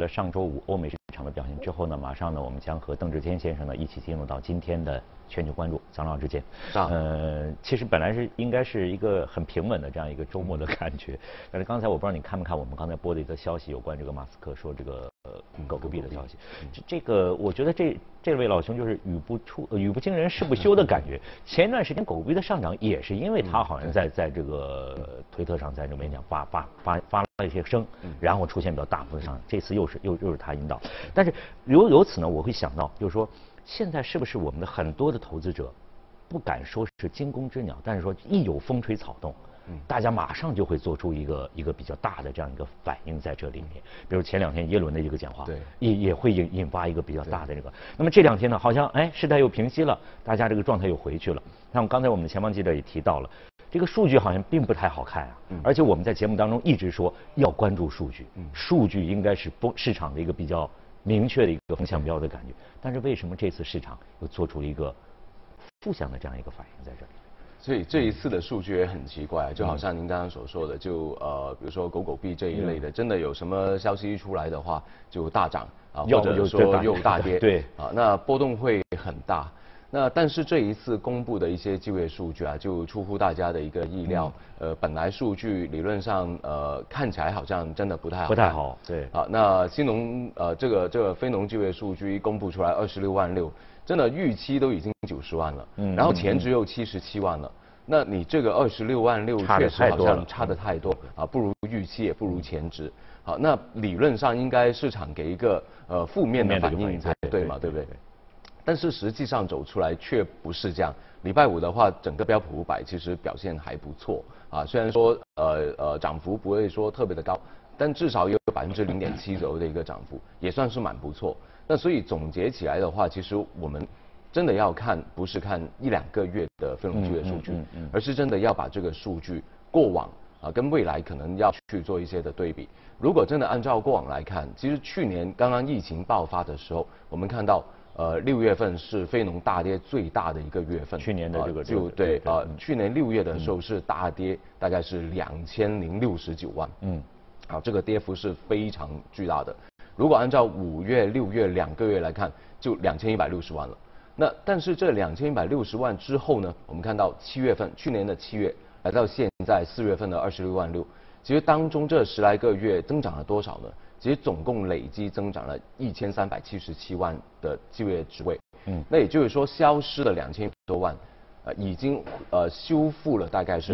上周五欧美市场的表现之后呢，马上呢，我们将和邓志坚先生呢一起进入到今天的全球关注。张老之间，其实本来应该是一个很平稳的这样一个周末的感觉，但是刚才我不知道你看没看我们刚才播的一则消息，有关这个马斯克说这个狗狗币的消息。这个我觉得这位老兄就是语不惊人誓不休的感觉。前一段时间狗狗币的上涨也是因为他好像在这个推特上在这个演讲发了一些声，然后出现比较大幅的上涨。这次又是他引导，但是由此呢，我会想到就是说，现在是不是我们的很多的投资者不敢说是惊弓之鸟，但是说一有风吹草动，大家马上就会做出一个比较大的这样一个反应在这里面。比如前2天耶伦的一个讲话，也会引发一个比较大的这个。那么这2天呢，好像事态又平息了，大家这个状态又回去了。像刚才我们的前方记者也提到了，这个数据好像并不太好看啊，而且我们在节目当中一直说要关注数据，数据应该是市场的一个比较明确的一个风向标的感觉。但是为什么这次市场又做出了一个负向的这样一个反应在这里？ 所以这一次的数据也很奇怪，就好像您刚刚所说的，比如说狗狗币这一类的，真的有什么消息一出来的话，就大涨啊，或者说又大跌， 对啊，那波动会很大。那但是这一次公布的一些就业数据啊，就出乎大家的一个意料。本来数据理论上看起来好像真的不太好， 对。 啊，那这个非农就业数据一公布出来26.6万，真的预期都已经90万了，然后前值又77万了。那你这个26.6万确实好像差得太多啊，不如预期也不如前值。好，那理论上应该市场给一个负面的反应才对嘛，对不对？但是实际上走出来却不是这样。礼拜五的话，整个标普500其实表现还不错啊，虽然说涨幅不会说特别的高，但至少也有0.7%左右的一个涨幅，也算是蛮不错。那所以总结起来的话，其实我们真的要看，不是看1-2个月的非农就业数据，而是真的要把这个数据过往啊跟未来可能要去做一些的对比。如果真的按照过往来看，其实去年刚刚疫情爆发的时候，我们看到6月份是非农大跌最大的一个月份。 去年的这个去年6月的时候是大跌，大概是2069万。啊，这个跌幅是非常巨大的。如果按照5月、6月2个月来看，就2160万了。那但是这2160万之后呢，我们看到7月份，去年的7月来到现在4月份的26.6万，其实当中这10来个月增长了多少呢？其实总共累计增长了1377万的就业职位。那也就是说消失了2000多万，已经修复了大概是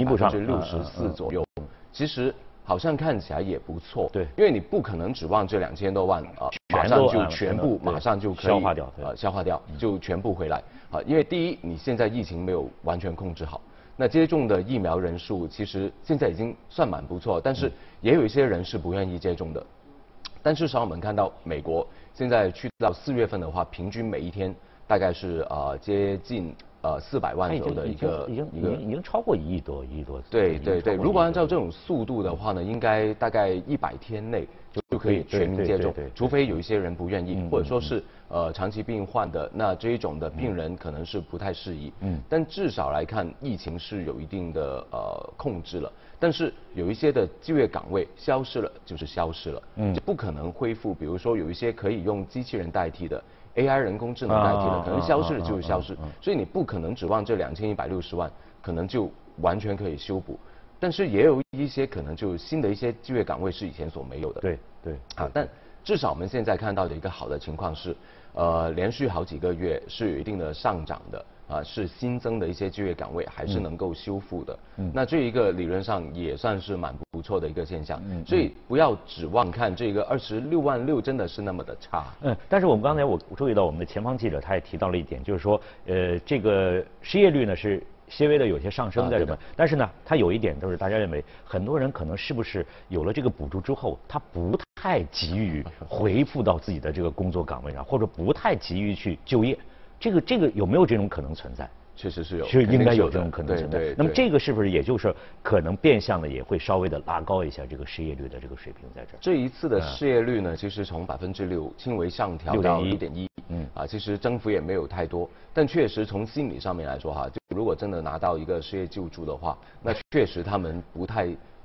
64%左右。其实好像看起来也不错， 对， 因为你不可能指望这2000多万马上就全部马上就可以消化掉，就全部回来啊。因为第一，你现在疫情没有完全控制好，那接种的疫苗人数其实现在已经算蛮不错，但是也有一些人是不愿意接种的。但至少我们看到美国现在去到4月份的话，平均每一天大概是接近400万左右的一个已经超过1亿多。 对，如果按照这种速度的话呢，应该大概100天内就可以全民接种，除非有一些人不愿意，或者说是长期病患的，那这一种的病人可能是不太适宜。但至少来看，疫情是有一定的控制了。但是有一些的就业岗位消失了，就是消失了，就不可能恢复。比如说有一些可以用机器人代替的 AI 人工智能代替的，可能消失了就是消失。所以你不可能指望这2160万可能就完全可以修补。但是也有一些可能就新的一些就业岗位是以前所没有的。 对。 啊，但至少我们现在看到的一个好的情况是，连续好几个月是有一定的上涨的。是新增的一些就业岗位还是能够修复的。那这一个理论上也算是蛮不错的一个现象。所以不要指望看这个26.6万真的是那么的差。 但是我们刚才我注意到我们的前方记者他也提到了一点，就是说这个失业率呢是些微的有些上升在这边，但是呢，它有一点就是大家认为很多人可能是不是有了这个补助之后，他不太急于回复到自己的这个工作岗位上，或者不太急于去就业。这个有没有这种可能存在？ 确实是有， 是应该有这种可能存在。 对。 那么这个是不是也就是可能变相的也会稍微的拉高一下这个失业率的这个水平在这儿？ 这一次的失业率呢，其实从6%轻微上调到6.1%，其实增幅也没有太多。但确实从心理上面来说哈，就如果真的拿到一个失业救助的话，那确实他们不太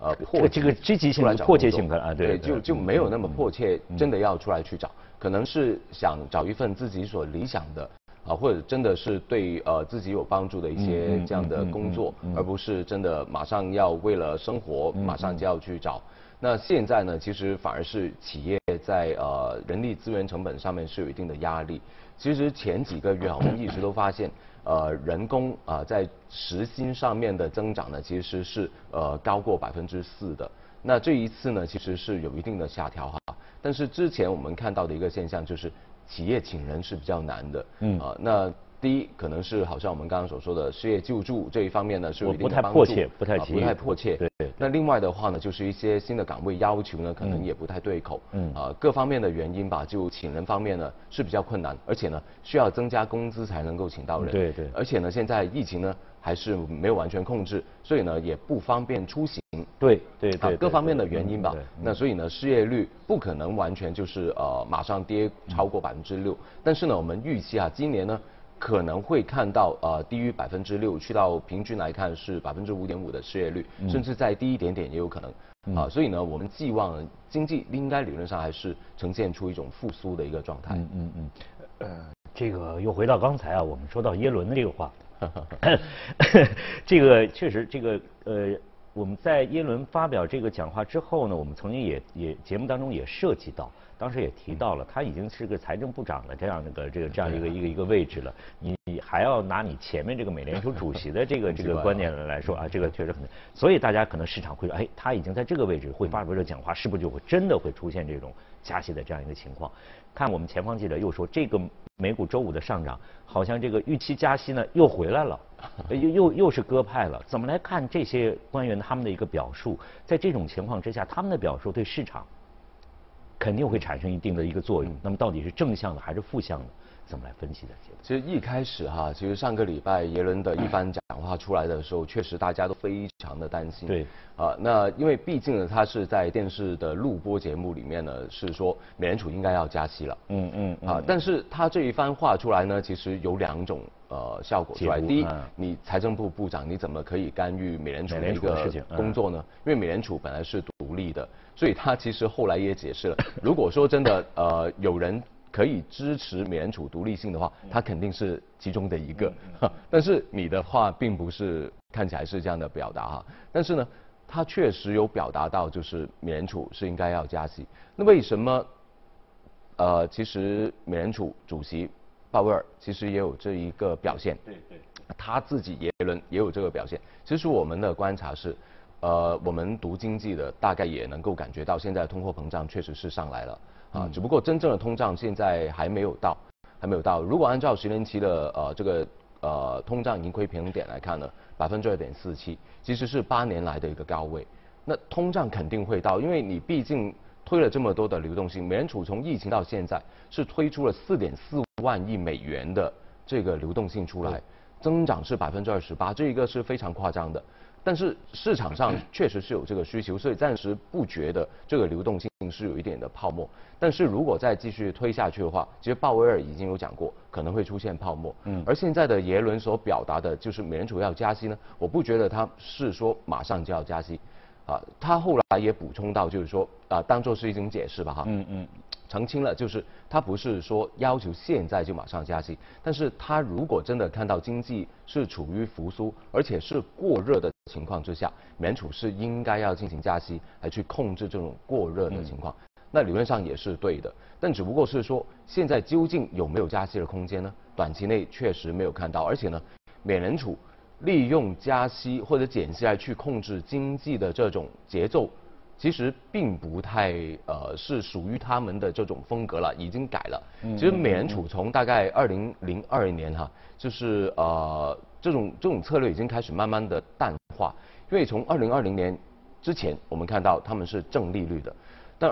这个积极性、迫切性啊，对， 就没有那么迫切，真的要出来去找，可能是想找一份自己所理想的或者真的是对自己有帮助的一些这样的工作，而不是真的马上要为了生活马上就要去找。那现在呢，其实反而是企业在人力资源成本上面是有一定的压力。其实前几个月我们一直都发现，人工在时薪上面的增长呢，其实是高过4%的。那这一次呢，其实是有一定的下调但是之前我们看到的一个现象就是，企业请人是比较难的。那第一，可能是好像我们刚刚所说的失业救助这一方面呢，是有一定的帮助， 不太迫切。 对。 那另外的话呢，就是一些新的岗位要求呢，可能也不太对口。各方面的原因吧，就请人方面呢是比较困难，而且呢需要增加工资才能够请到人。 对。 而且呢，现在疫情呢还是没有完全控制，所以呢也不方便出行。 对。 各方面的原因吧。那所以呢，失业率不可能完全就是马上跌超过6%，但是呢，我们预期今年呢，可能会看到低于6%，去到平均来看是5.5%的失业率，甚至再低一点点也有可能。所以呢，我们寄望经济应该理论上还是呈现出一种复苏的一个状态。 这个又回到刚才我们说到耶伦的这个话，这个确实我们在耶伦发表这个讲话之后呢，我们曾经也节目当中也涉及到。当时也提到了，他已经是个财政部长的这样一个位置了，你还要拿你前面这个美联储主席的这个观念来说这个确实很，所以大家可能市场会说，他已经在这个位置会发表这讲话，是不是就会真的会出现这种加息的这样一个情况？看我们前方记者又说，这个美股周五的上涨，好像这个预期加息呢又回来了，又是鸽派了。怎么来看这些官员他们的一个表述？在这种情况之下，他们的表述对市场肯定会产生一定的一个作用。那么到底是正向的还是负向的？怎么来分析的？ 其实一开始其实上个礼拜耶伦的一番讲话出来的时候，确实大家都非常的担心。 对。 那因为毕竟呢，他是在电视的录播节目里面呢，是说美联储应该要加息了。但是他这一番话出来呢，其实有2种效果出来。第一，你财政部部长你怎么可以干预美联储的一个工作呢？因为美联储本来是独立的，所以他其实后来也解释了，如果说真的有人可以支持美联储独立性的话，他肯定是其中的一个。但是你的话并不是看起来是这样的表达但是呢，他确实有表达到就是美联储是应该要加息。那为什么其实美联储主席鲍威尔其实也有这一个表现？对。他自己耶伦也有这个表现。其实我们的观察是，我们读经济的大概也能够感觉到，现在通货膨胀确实是上来了。只不过真正的通胀现在还没有到。如果按照10年期的这个通胀盈亏平衡点来看呢，2.47%，其实是8年来的一个高位。那通胀肯定会到，因为你毕竟推了这么多的流动性，美联储从疫情到现在是推出了4.4万亿美元的这个流动性出来，增长是28%，这一个是非常夸张的。但是市场上确实是有这个需求，所以暂时不觉得这个流动性是有一点的泡沫。但是如果再继续推下去的话，其实鲍威尔已经有讲过，可能会出现泡沫。而现在的耶伦所表达的就是美联储要加息呢，我不觉得他是说马上就要加息。他后来也补充到，就是说当做是一种解释吧澄清了，就是他不是说要求现在就马上加息，但是他如果真的看到经济是处于复苏，而且是过热的情况之下，美联储是应该要进行加息，来去控制这种过热的情况。那理论上也是对的，但只不过是说现在究竟有没有加息的空间呢？短期内确实没有看到，而且呢，美联储利用加息或者减息来去控制经济的这种节奏，其实并不太是属于他们的这种风格了，已经改了。其实美联储从大概2002年就是这种策略已经开始慢慢的淡化，因为从2020年之前我们看到他们是正利率的，但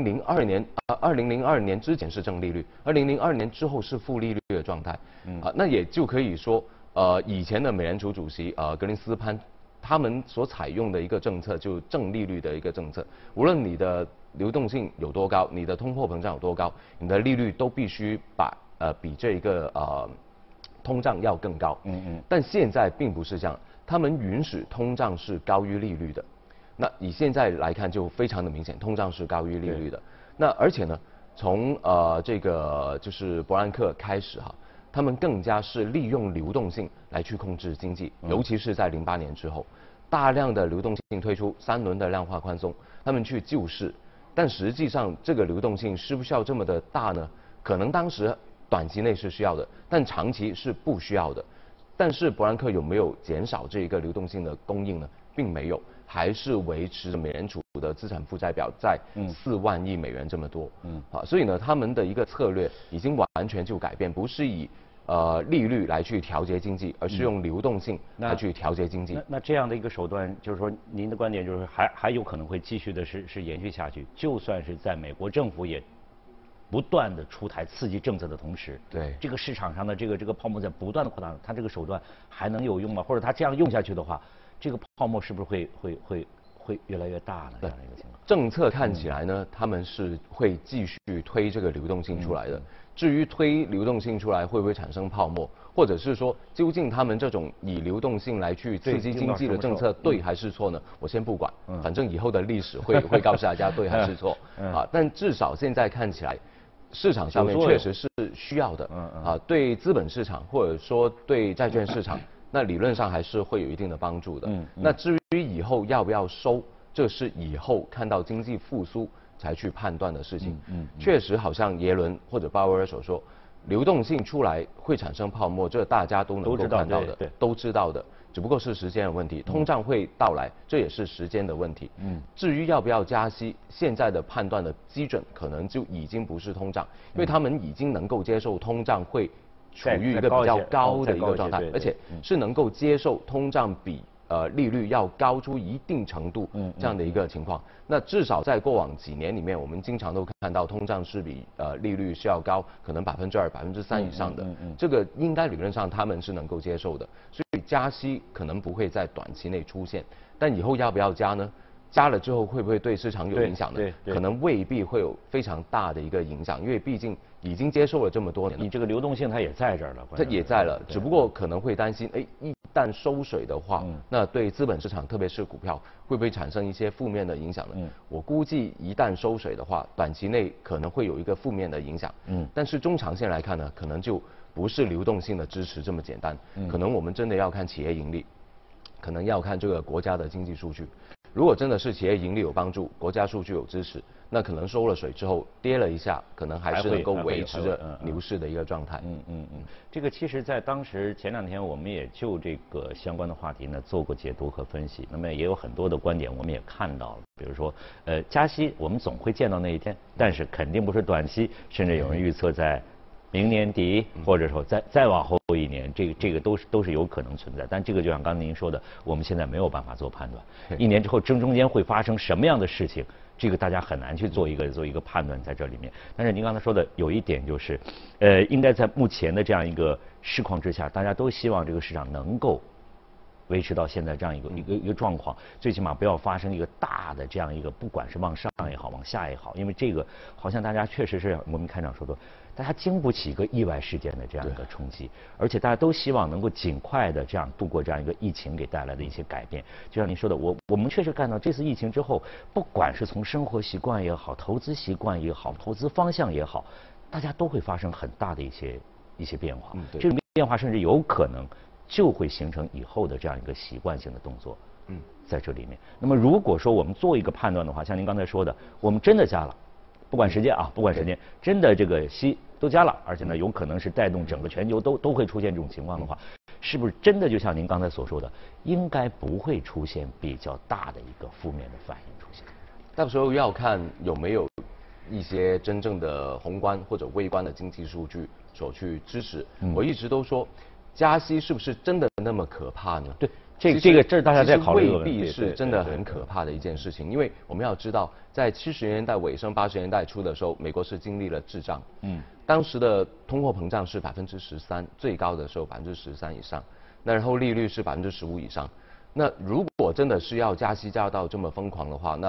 2002年之前是正利率，2002年之后是负利率的状态。那也就可以说以前的美联储主席格林斯潘他们所采用的一个政策，就正利率的一个政策，无论你的流动性有多高，你的通货膨胀有多高，你的利率都必须比这一个通胀要更高。但现在并不是这样，他们允许通胀是高于利率的。 那以现在来看就非常的明显，通胀是高于利率的。那而且呢，从这个就是伯南克开始哈，他们更加是利用流动性来去控制经济，尤其是在08年之后，大量的流动性推出3轮的量化宽松，他们去救市。但实际上，这个流动性需不需要这么的大呢？可能当时短期内是需要的，但长期是不需要的。但是伯南克有没有减少这一个流动性的供应呢？并没有，还是维持着美联储的资产负债表在4万亿美元这么多。所以呢，他们的一个策略已经完全就改变，不是以利率来去调节经济，而是用流动性来去调节经济。 那这样的一个手段，就是说您的观点就是还有可能会继续的是延续下去，就算是在美国政府也不断的出台刺激政策的同时， 对这个市场上的这个泡沫在不断的扩大，它这个手段还能有用吗？或者它这样用下去的话，这个泡沫是不是会越来越大呢？这样的一个情况。 政策看起来呢，他们是会继续推这个流动性出来的。至于推流动性出来会不会产生泡沫，或者是说究竟他们这种以流动性来去刺激经济的政策对还是错呢？我先不管，反正以后的历史会告诉大家对还是错。但至少现在看起来，市场上面确实是需要的。对资本市场或者说对债券市场，那理论上还是会有一定的帮助的。那至于以后要不要收，这是以后看到经济复苏才去判断的事情。确实好像耶伦或者鲍威尔所说，流动性出来会产生泡沫，这大家都能够看到的，都知道的，只不过是时间的问题。通胀会到来，这也是时间的问题。至于要不要加息，现在的判断的基准可能就已经不是通胀，因为他们已经能够接受通胀会处于一个比较高的一个状态，而且是能够接受通胀比利率要高出一定程度这样的一个情况。那至少在过往几年里面，我们经常都看到通胀是比利率是要高，可能2%、3%以上的。这个应该理论上他们是能够接受的，所以加息可能不会在短期内出现。但以后要不要加呢？加了之后会不会对市场有影响呢？可能未必会有非常大的一个影响，因为毕竟已经接受了这么多年了。 你这个流动性它也在这儿了， 它也在了，只不过可能会担心，一旦收水的话，那对资本市场，特别是股票，会不会产生一些负面的影响呢？我估计一旦收水的话，短期内可能会有一个负面的影响。但是中长线来看呢，可能就不是流动性的支持这么简单，可能我们真的要看企业盈利，可能要看这个国家的经济数据。如果真的是企业盈利有帮助，国家数据有支持，那可能收了水之后跌了一下，可能还是能够维持着牛市的一个状态。 这个其实，在当时前2天，我们也就这个相关的话题呢做过解读和分析。那么也有很多的观点，我们也看到了，比如说，加息我们总会见到那一天，但是肯定不是短期，甚至有人预测在明年底，或者说再往后1年，这个都是有可能存在。但这个就像刚才您说的，我们现在没有办法做判断。1年之后中间会发生什么样的事情，这个大家很难去做一个判断在这里面。但是您刚才说的有一点就是，应该在目前的这样一个市况之下，大家都希望这个市场能够维持到现在这样一个状况，最起码不要发生一个大的这样一个，不管是往上也好，往下也好，因为这个好像大家确实是我们开场说的，大家经不起一个意外事件的这样一个冲击，而且大家都希望能够尽快的这样度过这样一个疫情给带来的一些改变。就像您说的，我们确实看到这次疫情之后，不管是从生活习惯也好，投资习惯也好，投资方向也好，大家都会发生很大的一些变化。这种变化甚至有可能就会形成以后的这样一个习惯性的动作。在这里面。那么如果说我们做一个判断的话，像您刚才说的，我们真的加了，不管时间，真的这个息都加了，而且呢有可能是带动整个全球都会出现这种情况的话，是不是真的就像您刚才所说的，应该不会出现比较大的一个负面的反应出现？ 到时候要看有没有一些真正的宏观或者微观的经济数据所去支持。我一直都说，加息是不是真的那么可怕呢？ 对。这是大家在考虑的， 未必是真的很可怕的一件事情，因为我们要知道，在70年代尾声、80年代初的时候，美国是经历了滞胀，当时的通货膨胀是13%，最高的时候13%以上，那然后利率是15%以上，那如果真的是要加息加到这么疯狂的话，那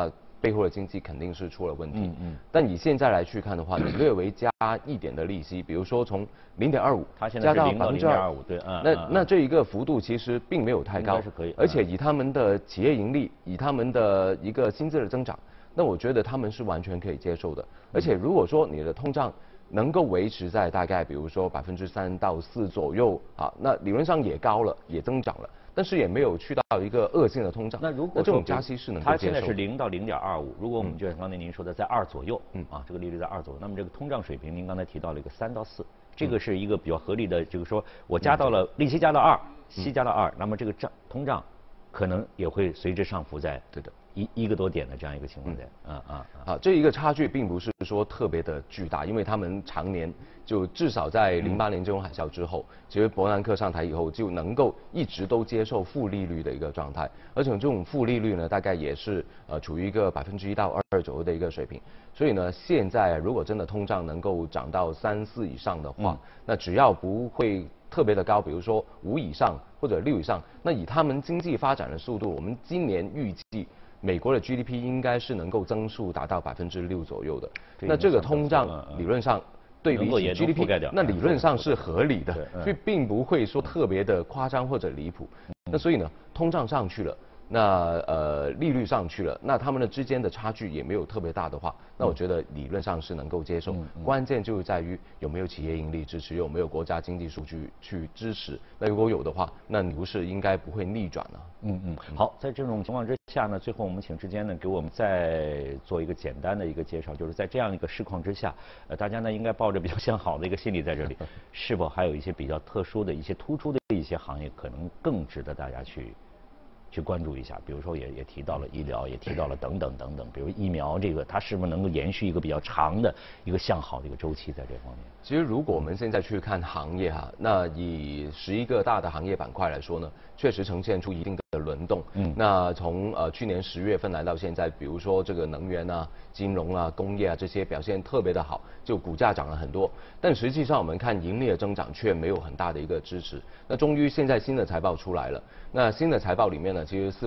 背后的经济肯定是出了问题。但以现在来去看的话，你略微加一点的利息，比如说从0.25加到 0.25%，对， 那这一个幅度其实并没有太高， 是可以。 而且以他们的企业盈利，以他们的一个薪资的增长，那我觉得他们是完全可以接受的。而且如果说你的通胀能够维持在大概比如说3%到4%左右啊，那理论上也高了，也增长了。但是也没有去到一个恶性的通胀。 那如果这种加息是能够接受的。 它现在是0到0.25，如果我们就像刚才您说的在2左右，这个利率在2左右，那么这个通胀水平，您刚才提到了一个3到4，这个是一个比较合理的，就是说我加到了利息加到2，息加到2，那么这个通胀可能也会随之上浮在对的 1个多点的这样一个情况在， 这一个差距并不是说特别的巨大，因为他们常年就至少在08年金融海啸之后，其实伯南克上台以后就能够一直都接受负利率的一个状态，而且这种负利率呢，大概也是处于一个1%到2%左右的一个水平，所以呢，现在如果真的通胀能够涨到3、4以上的话，那只要不会特别的高，比如说5以上或者6以上，那以他们经济发展的速度，我们今年预计美国的 GDP 应该是能够增速达到6%左右的。那这个通胀理论上对比起 GDP， 那理论上是合理的，所以并不会说特别的夸张或者离谱。那所以呢，通胀上去了。那利率上去了，那他们的之间的差距也没有特别大的话，那我觉得理论上是能够接受。关键就是在于有没有企业盈利支持，有没有国家经济数据去支持。那如果有的话，那牛市应该不会逆转了。 好，在这种情况之下呢，最后我们请之间呢给我们再做一个简单的一个介绍，就是在这样一个市况之下，大家呢应该抱着比较向好的一个心理在这里，是否还有一些比较特殊的一些突出的一些行业，可能更值得大家去关注一下，比如说也提到了医疗，也提到了等等，比如疫苗这个，它是不是能够延续一个比较长的一个向好的一个周期在这方面？ 其实如果我们现在去看行业那以11个大的行业板块来说呢，确实呈现出一定的轮动。那从去年10月份来到现在，比如说这个能源金融工业这些表现特别的好，就股价涨了很多。但实际上我们看盈利的增长却没有很大的一个支持。那终于现在新的财报出来了，那新的财报里面呢，其实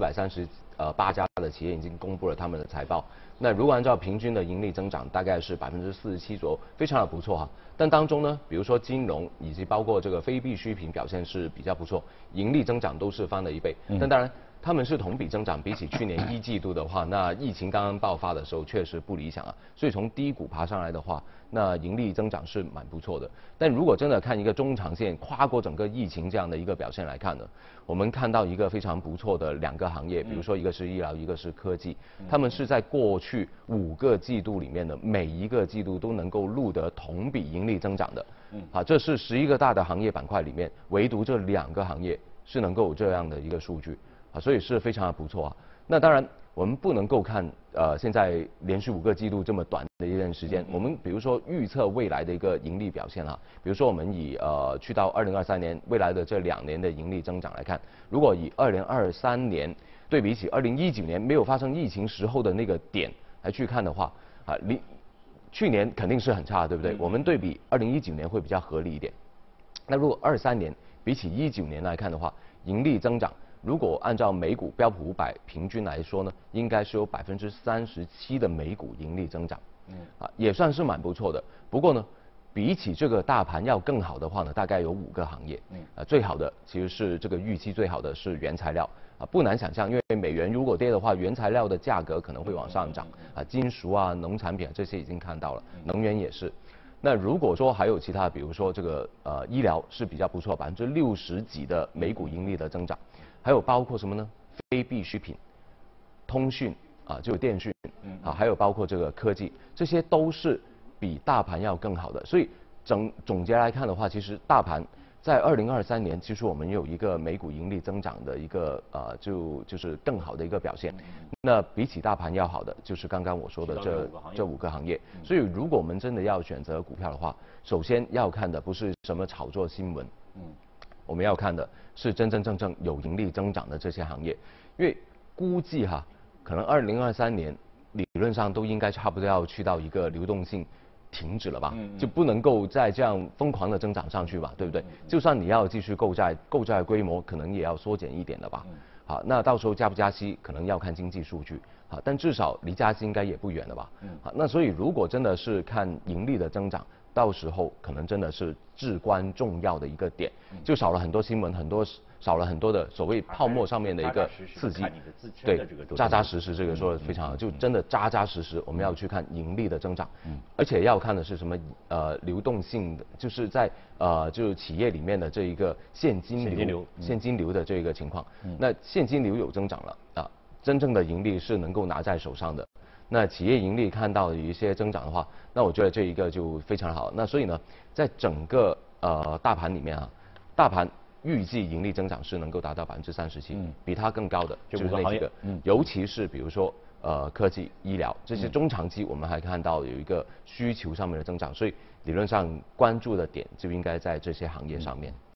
438家的企业已经公布了他们的财报。那如果按照平均的盈利增长，大概是47%左右，非常的不错但当中呢，比如说金融以及包括这个非必需品表现是比较不错，盈利增长都是翻了1倍。但当然，他们是同比增长，比起去年1季度的话，那疫情刚刚爆发的时候确实不理想所以从低谷爬上来的话，那盈利增长是蛮不错的。但如果真的看一个中长线，跨过整个疫情这样的一个表现来看呢，我们看到一个非常不错的2个行业，比如说一个是医疗，一个是科技，他们是在过去5个季度里面的每一个季度都能够录得同比盈利增长的。这是11个大的行业板块里面，唯独这2个行业是能够有这样的一个数据。所以是非常的不错那当然，我们不能够看现在连续5个季度这么短的一段时间，我们比如说预测未来的一个盈利表现比如说我们以去到2023年未来的这2年的盈利增长来看，如果以2023年对比起2019年没有发生疫情时候的那个点来去看的话去年肯定是很差，对不对？我们对比2019年会比较合理一点。那如果23年比起19年来看的话，盈利增长如果按照美股标普500平均来说呢，应该是有37%的美股盈利增长，也算是蛮不错的。不过呢，比起这个大盘要更好的话呢，大概有5个行业，最好的其实是这个预期最好的是原材料，不难想象，因为美元如果跌的话，原材料的价格可能会往上涨，金属农产品这些已经看到了，能源也是。那如果说还有其他，比如说这个医疗是比较不错，60%几的美股盈利的增长。还有包括什么呢？非必需品、通讯就电讯还有包括这个科技，这些都是比大盘要更好的。所以总结来看的话，其实大盘在2023年，其实我们有一个美股盈利增长的一个就是更好的一个表现。那比起大盘要好的，就是刚刚我说的这5个行业。所以如果我们真的要选择股票的话，首先要看的不是什么炒作新闻，我们要看的是真真正正有盈利增长的这些行业，因为估计可能2023年理论上都应该差不多要去到一个流动性停止了吧，就不能够再这样疯狂的增长上去吧，对不对？就算你要继续购债规模可能也要缩减一点了吧。 好，那到时候加不加息，可能要看经济数据。好，但至少离加息应该也不远了吧？好，那所以如果真的是看盈利的增长，到时候可能真的是至关重要的一个点，就少了很多新闻，少了很多的所谓泡沫上面的一个刺激。对，扎扎实实这个说的非常好，就真的扎扎实实，我们要去看盈利的增长，而且要看的是什么？流动性的，就是在就是企业里面的这一个现金流的这个情况。那现金流有增长了啊。真正的盈利是能够拿在手上的，那企业盈利看到有一些增长的话，那我觉得这一个就非常好。那所以呢，在整个大盘里面啊，大盘预计盈利增长是能够达到37%，比它更高的就是那几个，尤其是比如说科技、医疗这些中长期，我们还看到有一个需求上面的增长，所以理论上关注的点就应该在这些行业上面。